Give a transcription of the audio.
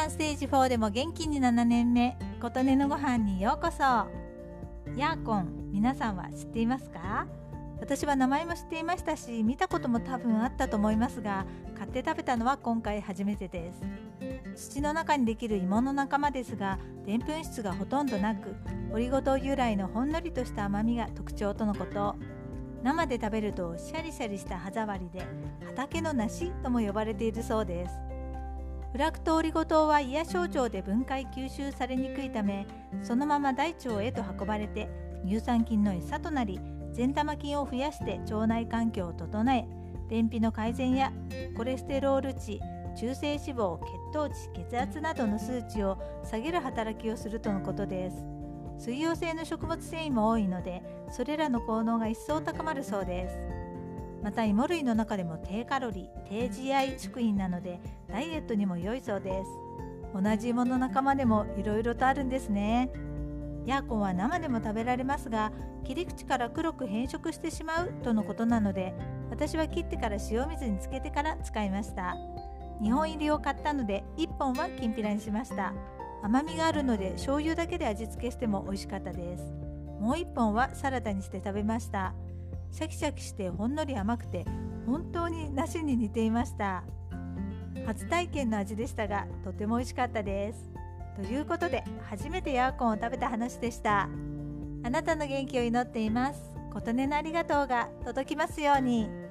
さんステージ4でも元気に7年目、琴音のご飯にようこそ。ヤーコン、皆さんは知っていますか？私は名前も知っていましたし、見たことも多分あったと思いますが、買って食べたのは今回初めてです。土の中にできる芋の仲間ですが、でんぷん質がほとんどなく、オリゴ糖由来のほんのりとした甘みが特徴とのこと。生で食べるとシャリシャリした歯触りで、畑の梨とも呼ばれているそうです。フラクトオリゴ糖は胃や小腸で分解吸収されにくいため、そのまま大腸へと運ばれて乳酸菌の餌となり、善玉菌を増やして腸内環境を整え、便秘の改善やコレステロール値、中性脂肪、血糖値、血圧などの数値を下げる働きをするとのことです。水溶性の食物繊維も多いので、それらの効能が一層高まるそうです。また芋類の中でも低カロリー、低 GI 食品なのでダイエットにも良いそうです。同じ芋の仲間でもいろいろとあるんですね。ヤーコンは生でも食べられますが、切り口から黒く変色してしまうとのことなので、私は切ってから塩水につけてから使いました。2本入りを買ったので1本はきんぴらにしました。甘みがあるので醤油だけで味付けしても美味しかったです。もう1本はサラダにして食べました。シャキシャキしてほんのり甘くて、本当に梨に似ていました。初体験の味でしたが、とても美味しかったです。ということで、初めてヤーコンを食べた話でした。あなたの元気を祈っています。琴音のありがとうが届きますように。